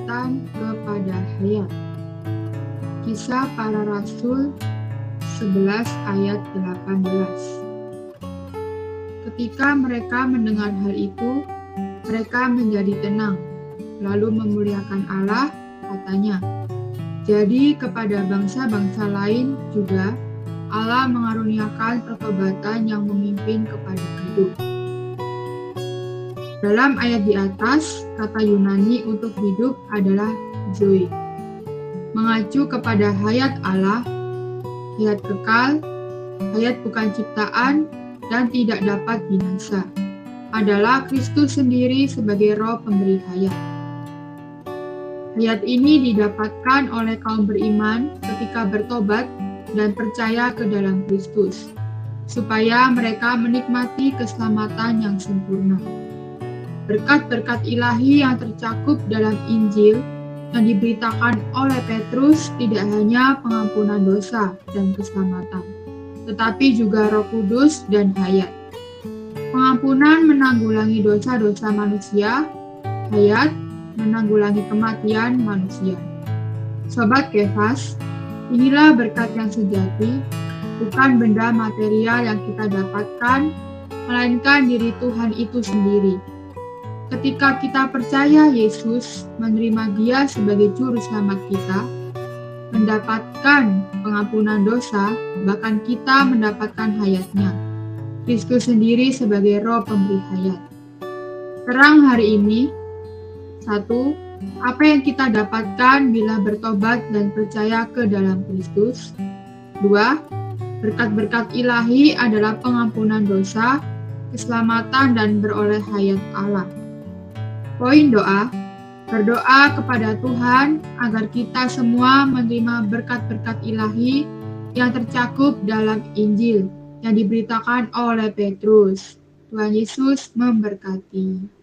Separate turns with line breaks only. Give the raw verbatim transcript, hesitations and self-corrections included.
pertobatan kepada hayat. Kisah Para Rasul sebelas ayat delapan belas. Ketika mereka mendengar hal itu, mereka menjadi tenang, lalu memuliakan Allah, katanya. Jadi kepada bangsa-bangsa lain juga Allah mengaruniakan pertobatan yang memimpin kepada hidup. Dalam ayat di atas, kata Yunani untuk hidup adalah zoe. Mengacu kepada hayat Allah, hayat kekal, hayat bukan ciptaan, dan tidak dapat binasa, adalah Kristus sendiri sebagai roh pemberi hayat. Hayat ini didapatkan oleh kaum beriman ketika bertobat dan percaya ke dalam Kristus, supaya mereka menikmati keselamatan yang sempurna. Berkat-berkat ilahi yang tercakup dalam Injil yang diberitakan oleh Petrus tidak hanya pengampunan dosa dan keselamatan, tetapi juga Roh Kudus dan hayat. Pengampunan menanggulangi dosa-dosa manusia, hayat menanggulangi kematian manusia. Sobat Kefas, inilah berkat yang sejati, bukan benda material yang kita dapatkan, melainkan diri Tuhan itu sendiri. Ketika kita percaya Yesus, menerima Dia sebagai juru selamat kita, mendapatkan pengampunan dosa, bahkan kita mendapatkan hayatnya. Kristus sendiri sebagai roh pemberi hayat. Terang hari ini, satu, apa yang kita dapatkan bila bertobat dan percaya ke dalam Kristus. Dua, berkat-berkat ilahi adalah pengampunan dosa, keselamatan, dan beroleh hayat Allah. Poin doa, berdoa kepada Tuhan agar kita semua menerima berkat-berkat ilahi yang tercakup dalam Injil yang diberitakan oleh Petrus. Tuhan Yesus memberkati.